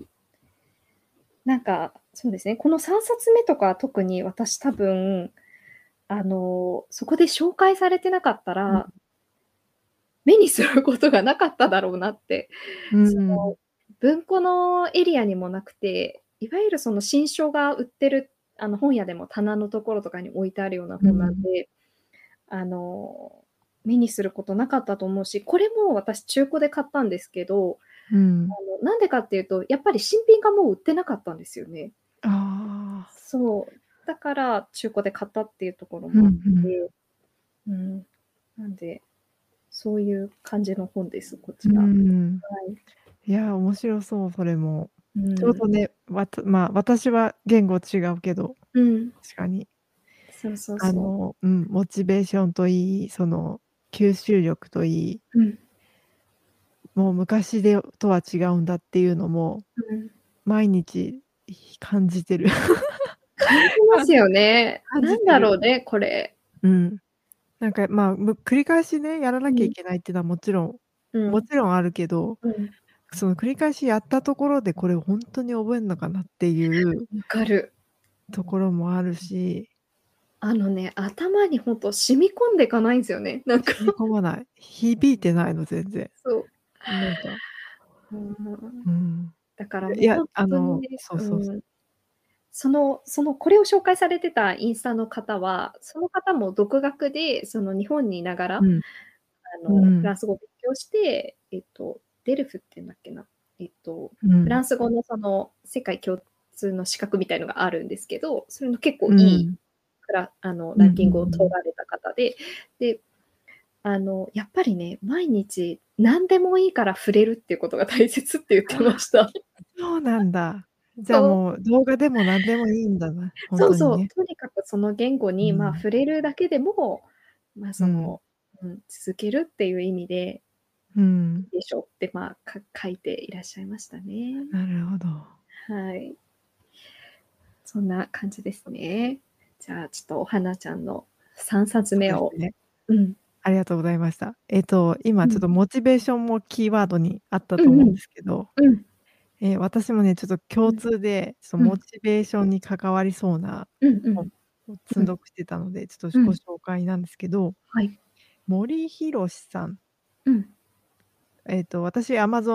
なんか、そうですね、この3冊目とか特に私多分、そこで紹介されてなかったうん。 ら、目にすることがなかっただろうなって。 うそん。 の、文庫のエリアにもなくて、いわゆるその新書が売ってる、本屋でも棚のところとかに置いてあるような本なんうん。 で、あの、目にすることなかったと思うし、これも私中古で買ったんですけど、 うん。 なんでかっていうと、やっぱり新品がもう売ってなかったんですよね。 ああ。 そう。だから中古で買ったっていうところうんうもあっん。 て、うん。なんで、そういう感じの本です、こうーちら。はん。 い。 いや、面白そう、それも。 うん。 ちょうどね、まあ、私は言語違うけど、 うん。 確かに、 そうそうそう。 モチベーションといい、その、吸収力といい、 うん。 もう昔とは違うんだっていうのも、 うん。 毎日感じてる。 感じますよね。なん感じてる。 だろうね、これ。 うん。なんか、まあ、繰り返しね、やらなきゃいうん。 けないっていうのはもうん。 ちろんあるけど、 うん。 その繰り返しやったところで、これほんとに覚えんのかなっていう分かる。 ところもあるし、 頭にほんと染み込んでかないんすよね、なんか。 染み込まない。響いてないの、全然。 そう。 なんか、 うーん。 うん。 だからもいや、 うほんとにね、 そうそうそう。 これを紹介されてたインスタの方は、その方も独学で、日本にいながら、 うん。うフラん。 ンス語を勉強して、デルフって言うんだっけな、フラうん。 ンス語の世界共通の資格みたいのがあるんですけど、それの結構いいうん。うんうんランキングをうん。 取られた方で、で、やっぱりね、毎日何でもいいから触れるっていうことが大切って言ってまああ、 した。 そうなんだ。じゃあそう。 もう動画でもなんでもいいんだな、ほんそうそう、 とにね。 とにかくその言語に、まあ、 うん。 触れるだけでも、まあ、 うん。 続けるっていう意味で、 うん。 いいでしょって、まあ、書いていらっしゃいましたね。 なるほど。 はい。そんな感じですね。じゃあ、ちょっとお花ちゃんの3冊そう目を。 ですね。 うん。 ありがとうございました。今うん。 ちょっとモチベーションもキーワードにあったと思うんでうんうん。 すけど、 うん。 私もね、ちょっと共うん。 通で、 うん。 モチベーションに関わりそうな本うんうん。 をうん。 積読してたので、ちょっとごうん。 紹介なんですけど、 はい。 森博さん、 うん。 私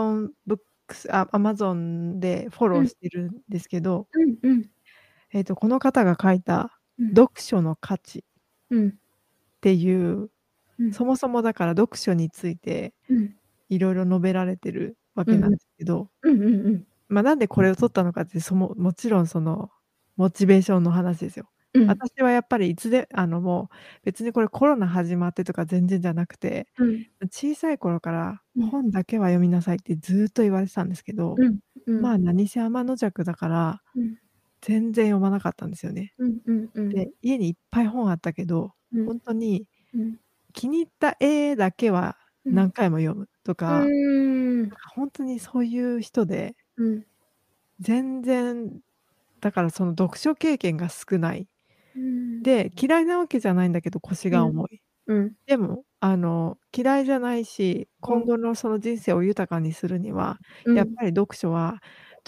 Amazon でフォロうん。 ーしてるんですけど、 うんうん。 この方が書いたうん。 読書の価値っうん。 ていう、 うん。 そもそもだから読書についてうん。 色々述べられてるわうんうん。 けなんですけど、 うんうんうん。 ま、なんでこれを取ったのかって、もちろんそのモチベーションの話ですよ。 うん。 私はやっぱりもう別にこれコロナ始まってとか全然じゃなくて、 うん。 小さい頃からうん。 本だけは読みなさいってずっと言われてたんですけど、 うん。うん。 まあ、何せ天の弱だから、 うん。 全然読まなかったんですよね。 うんうんうん。 で、家にいっぱい本あったけど、 うん。 ほんとにうん。 気に入った絵だけはうん。 何回も読むとうか、 ーん。 ほんとにそういう人で、 うん。 全然だからその読書経験が少ない。 うーん。 で、嫌いなわけじゃないんだけど腰うん。 が重い。 うん。 でも、嫌いじゃないし、 うん。 今後のその人生を豊かにするには、 うん。 やっぱり読書はと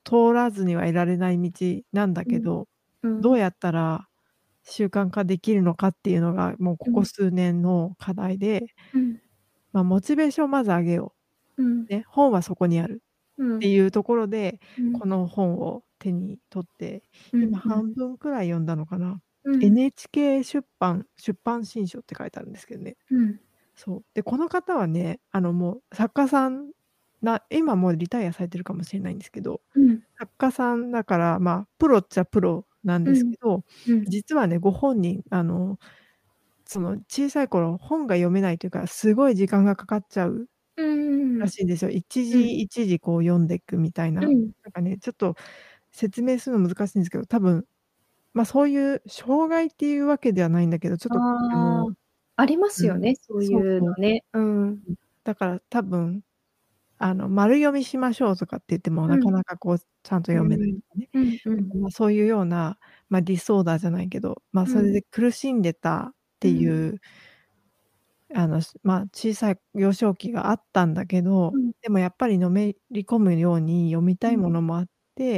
通らずにはいられない道なんだうん。 けど、 うん。 どうやったら習慣化できるのかっていうのが、もうこうん。 こ数年の課題で、 うん。 モチベーションをまず上げようん。 う。ね、本はそこにあるうん。 っていうところで、 うん。 この本を手に取って、今うんうん。 半分くらい読んだのかな。 うん。 NHK 出版新書って書いてあるんですけどね。 うん。 そう。で、この方はね、もう作家さん今もうリタイアされてるかもしれないんですけど、 うん。 作家さんだから、プロっちゃプロなんですうん。 けど、 うん。 実はね、ご本人、その小さい頃、本が読めないというか、すごい時間がかかっちゃううんうんうん。 らしいんですよ。一うん。 時一時こう読んでくみたいな。 うん。 なんかね、ちょっと説明するの難しいんですけど、多分、そういう障害っていうわけではないんだけど、ちょっと、 ああ、ありますうん、 よね、そういそうそう。 うのね。うん。 だから多分丸読みしましょうとかって言っても、なかうん。 なかこう、ちゃんと読めないうん。 とかね。 うんうん。 そういうような、ディソーダーじゃないけど、それうん。 で苦しんでたってうん。 いう小さい幼少期があったんだけど、 うん。 でもやっぱりのめり込むように読みたいうん。 ものもあって、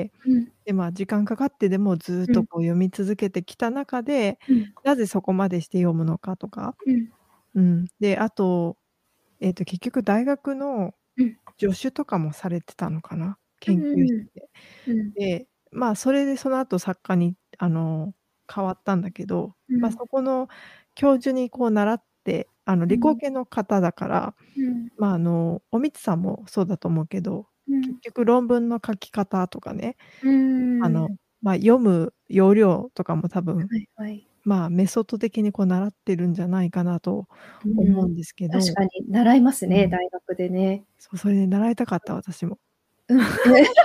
うん。 で、時間かかってでもずっうん。 とこう読み続けてきた中で、 うん。 なぜそこまでして読むのかとか、 うん。 うん。で、あと、結局大学のうん。 助手とかもされてたのかな、 うん研究うん室で。 うん。うん。 で、それでその後作家に変わったんだけど、 うん。 そこの教授にこう習って、理工うん。 系の方だから、 うん。 おみつさんもそうだと思うけど、 うん。 結局論文の書き方とかね、 うーあの、 ん。 読む要領とかも多分、 はいはい。 メソッド的にこう習ってるんじゃないかなとうん。 思うんですけど、 確かに習いますね、 うん。 大学でね。 そう、それで習いたかった、私も。 うん。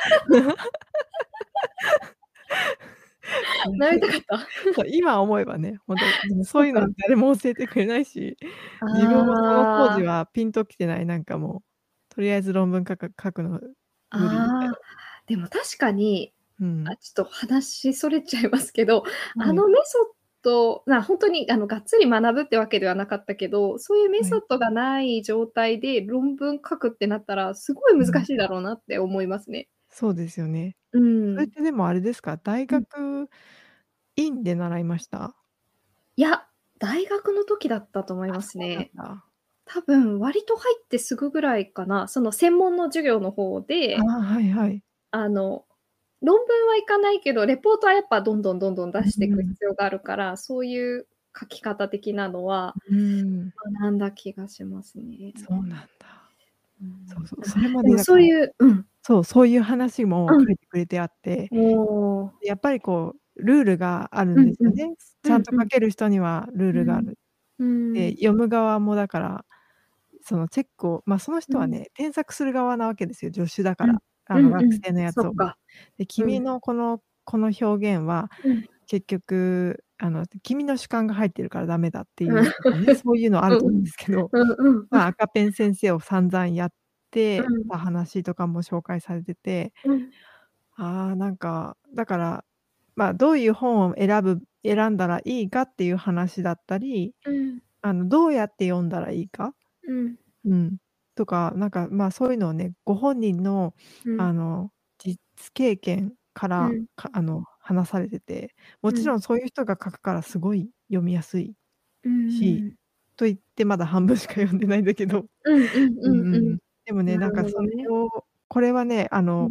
習いたかった？ そう、今思えばね、ほんと、でもそういうのそっか。 誰も教えてくれないし、自分もその当時ああ。 はピンときてない、なんかもう、とりあえず論文書くの無理みたいああ、 な。 でも確かに、あ、 うん。 ちょっと話それちゃいますけど、 はい、 メソッドほんとにがっつり学ぶってわけではなかったけど、そういうメはい。 ソッドがない状態で論文書くってなったら、すごいうん。 難しいだろうなって思いますね。 そうですよね。 うそれっん。 てでもあれですか、大うん。 学院で習いました？ いや、大学の時だったと思いあ、 ますそうなんね。 だ。 多分割と入ってすぐぐらいかな、その専門の授業の方で、 ああ、はいはい。 あの、論文はいかないけど、レポートはやっぱどんどんどんどん出してくうん。 必要があるから、そういう書き方的なのはうーん、 学んだ気がしますね。 そうなんだ。 うん。 そうそう、それまでもでだから、 そういううん、 そう、そういう話もうん。 書いてくれてあって、 おお。 やっぱりこう、ルールがあるんうんうん。 ですよね。ちゃんとうんうん。 書ける人にはルーうん。 ルがある。 うで、 ん。 読む側もだから、そのチェックをそのうん。 人はね、添削する側なわけですよ、助手だかうん。 ら。学うんうん。 生のやつを。 そっか。 で、 うん。 君のこの表現は、 うん。 結局君の主観が入ってるからダメだってうん。 いうとかね、そういうのあると思うんうん。 ですけど、 うんうんうん。 赤ペン先生を散々やってうん。 た話とかも紹介されてて、 うん。 なんか、だから、どういう本を選んだらいいかっていう話だったり、 うん。 どうやって読んだらいいか、 うん。 うん、とか、なんか、そういうのをね、ご本人の、 うん。 あの、実経験から、 うん。 話されてて、もうん。 ちろんそういう人が書くからすごい読みやすいうんし、 うん。 と言ってまだ半分しか読んでないんだけど、 うんうんうんうんうん。 うんうん。 でもね、 なるなんかそれほどね。 をこれはね、 うん。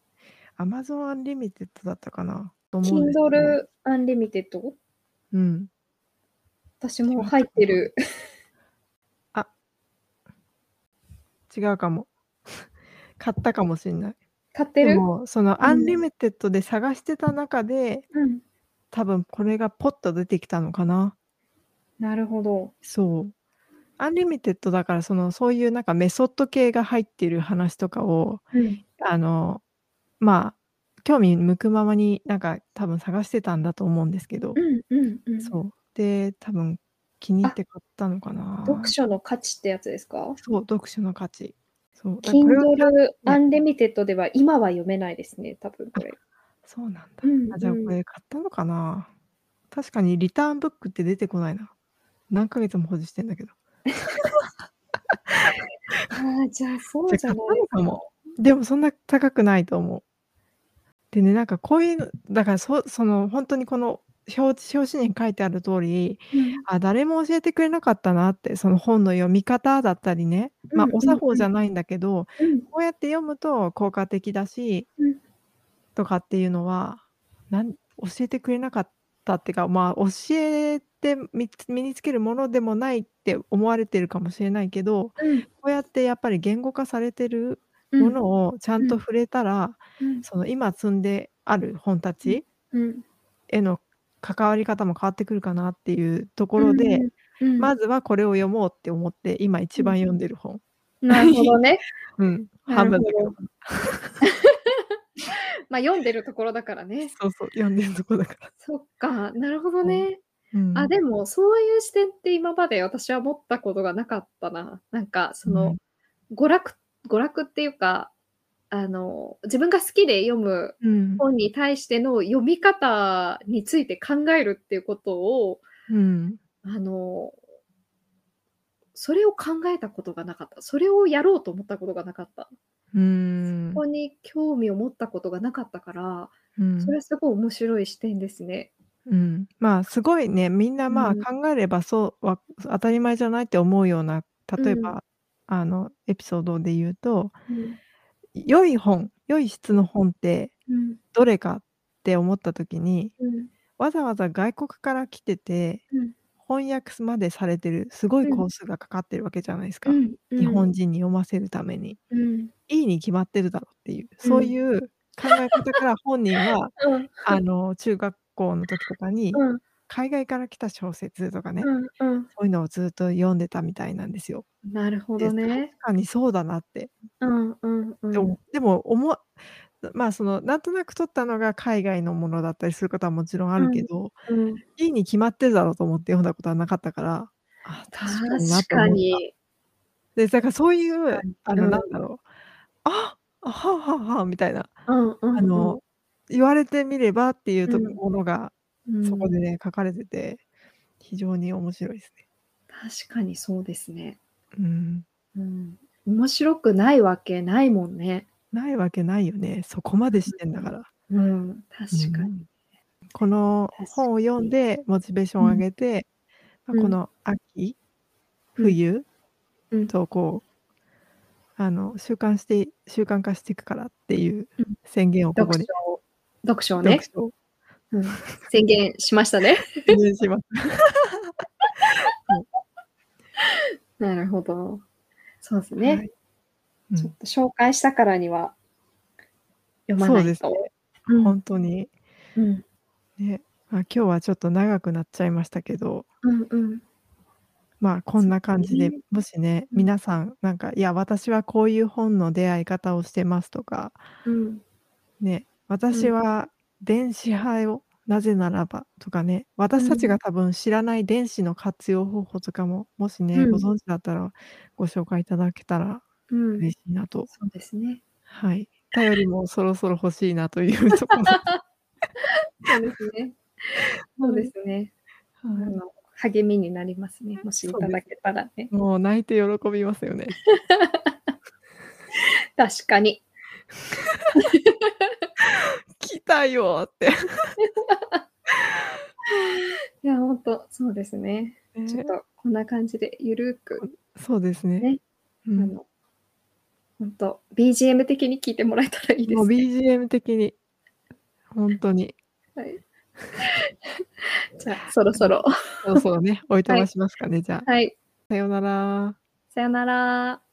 Amazon Unlimited だったかなと思うんですけど、 Kindle Unlimited？ うん、違っ私も入ったかな。 てる。 あ、違うかも。買ったかもしんない。 買ってる？ でも、そのうん。 Unlimited で探してた中で、 うん。 多分これがポッと出てきたのかな。 なるほど。 そう。アンリミテッドだから、そういうなんかメソッド系が入っている話とかを、 うん。 あの、ま興味向くままになんか多分探してたんだと思うんですけど、 うんうんうん。 そう。で、多分気に入っあ、 て買ったのかな。 読書の価値ってやつですか？ そう、読書の価値。そう、これをちゃん Kindle とね、 Unlimited では今は読めないですね、多分こあ、 れ。 そうなんだ。 うんじゃあこうん。 れ買ったのかな。確かにリターンブックって出てこないな。何ヶ月も保持してんだけど。 ああ、じゃあ、そうじゃじゃ、買っないですか。 たのかも。でもそんな高くないと思う。 でね、なんかこういうのだからそのほんとにこの表紙に書いてある通り、 うん。 あ、誰も教えてくれなかったなって、その本の読み方だったりね、ま、 うんお作うんうん。 法じゃないんだけど、 うん。 こうやって読むと効果的だしうん。 とかっていうのは、教えてくれなかったってか、まあ、教えて身につけるものでもないって思われてるかもしれないけど、 うん。 こうやってやっぱり言語化されてるもうん。 のをちゃんうん。 と触れたら、 うん。 その今積んである本たうん。 ちうん。 への関わり方も変わってくるかなっていうとこうろで、 ん。うん。 まずはこれを読もうって思って、今うん。 一番読んでる本。 なるほどね。 うん、 な半るほど。 分だけどまだ。 ま、読んでるところだからね。 そうそう、読んでるとこだから。 そっか、なるほどそう。 ね。あ、 うん。 でも、そういう視点って今まで私は持ったことがなかったな。なんかその、 うん。 娯楽娯楽っていうか、自分が好きで読むうん。 本に対しての読み方について考えるっていうことを、 うん。 あの、それを考えたことがなかった。それをやろうと思ったことがなかった。 うーそん。 こに興味を持ったことがなかったから、 うん。 それはすごい面白い視点ですね。 うん。まあ、すごいね、みんな、まあ、 うん。 考えれば当たり前じゃないって思うような、 うん。 例えば、エピソードで言うと、 うん。 良い質の本ってうん。 どれかって思った時に、 うん。 わざわざ外国から来てて、 うん。 翻訳までされてる、すごいうん。 工数がかかってるわけじゃないですか。 うん。う日ん。 本人に読ませるために。 うん。 いいに決まってるだろっていう、 うん。 そういう考え方から本人は、 うん。 中学校の時とかに、 うん。 海外から来た小説とかね、 うんうん。 そういうのをずっと読んでたみたいなんですよ。 なるほで、確どね。 かにそうだなって。 うんうんうん。 でも、まあ、なんとなく取ったのが海外のものだったりすることはもちろんあうん。 るけど、 うん。 いいに決まってるだろうと思って読んだことはなかったから、あ、確かにな確と思った。 かに。 で、だからそういう、 確かに。うん。 なんだろう、はあはあはあみたいな、 うんうんうん。 あの、言われてみればっていううん。 ものが、 うん。 そこでね、書かれてて、非常に面白いですね。 確かにそうですね。 うん。 うん。面白くないわけないもんね。 ないわけないよね。そこまでしてんだから。 うん。うん、確かに。 うん。この確本を読んかに。 でモチベーションを上うん。 げて、ま、 うん。 この秋、 うん。 冬うん。 とこう、習慣化していくからっていううん。 宣言をここに、 読書を読書をね。 読書をうん。宣言しましたね。 宣言します。はい。 なるほど。そうすね。 はい。うん。 ちょっと紹介したからには読まそうですね。 ないと。うん。 ほんとに。 うん。 ね、ま、今日はちょっと長くなっちゃいましたけど、 うんうん。 まあ、こんそうな感じで、 ね。 もしね、 うん。 皆さんなんか、いや、私はこういう本の出会い方をしてますとか、 うん。 ね、 うん。 私は電子派をなぜならばとかね、私たちうん。 が多分知らない電子の活用方法とかも、もしね、ごうん。 存知だったらご紹介いただけたらうん。 嬉しいなと。 そうですね。 はい。便りもそろそろ欲しいなというところで。 そうですね。そうではい。 すね。 はい。 励みになりますね、もしいそうです。 ただけたらね。 もう泣いて喜びますよね。 確かに。 来たよって。うん。 いや、ほんと、そうですね。ちょっね。 とこんな感じでゆるくそうですね。 ね、 うん。 ほんと、BGM 的に聴いてもらえたらいいでもうすね。 BGM 的に、ほんとに。 はい。じゃあ、そろはい。 そろ。 そろそろね、おいとはい。 ましますかね、じゃあ。 はい。 さようなら。 さよなら。